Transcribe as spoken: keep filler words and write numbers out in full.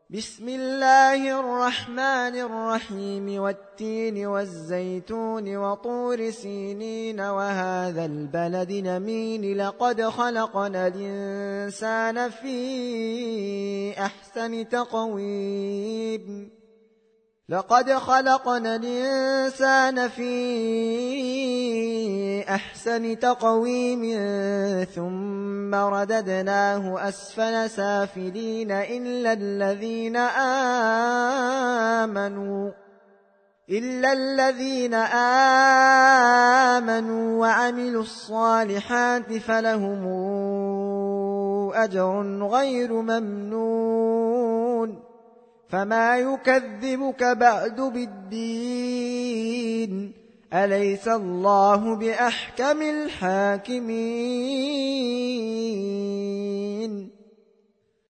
بسم الله الرحمن الرحيم والتين والزيتون وطور سينين وهذا البلد الأمين لقد خلقنا الإنسان في أحسن تقويم لقد خلقنا الإنسان في أحسن تقويم ثم رددناه أسفل سافلين إلا الذين آمنوا إلا الذين آمنوا وعملوا الصالحات فلهم أجر غير ممنون فما يكذبك بعد بالدين أليس الله بأحكم الحاكمين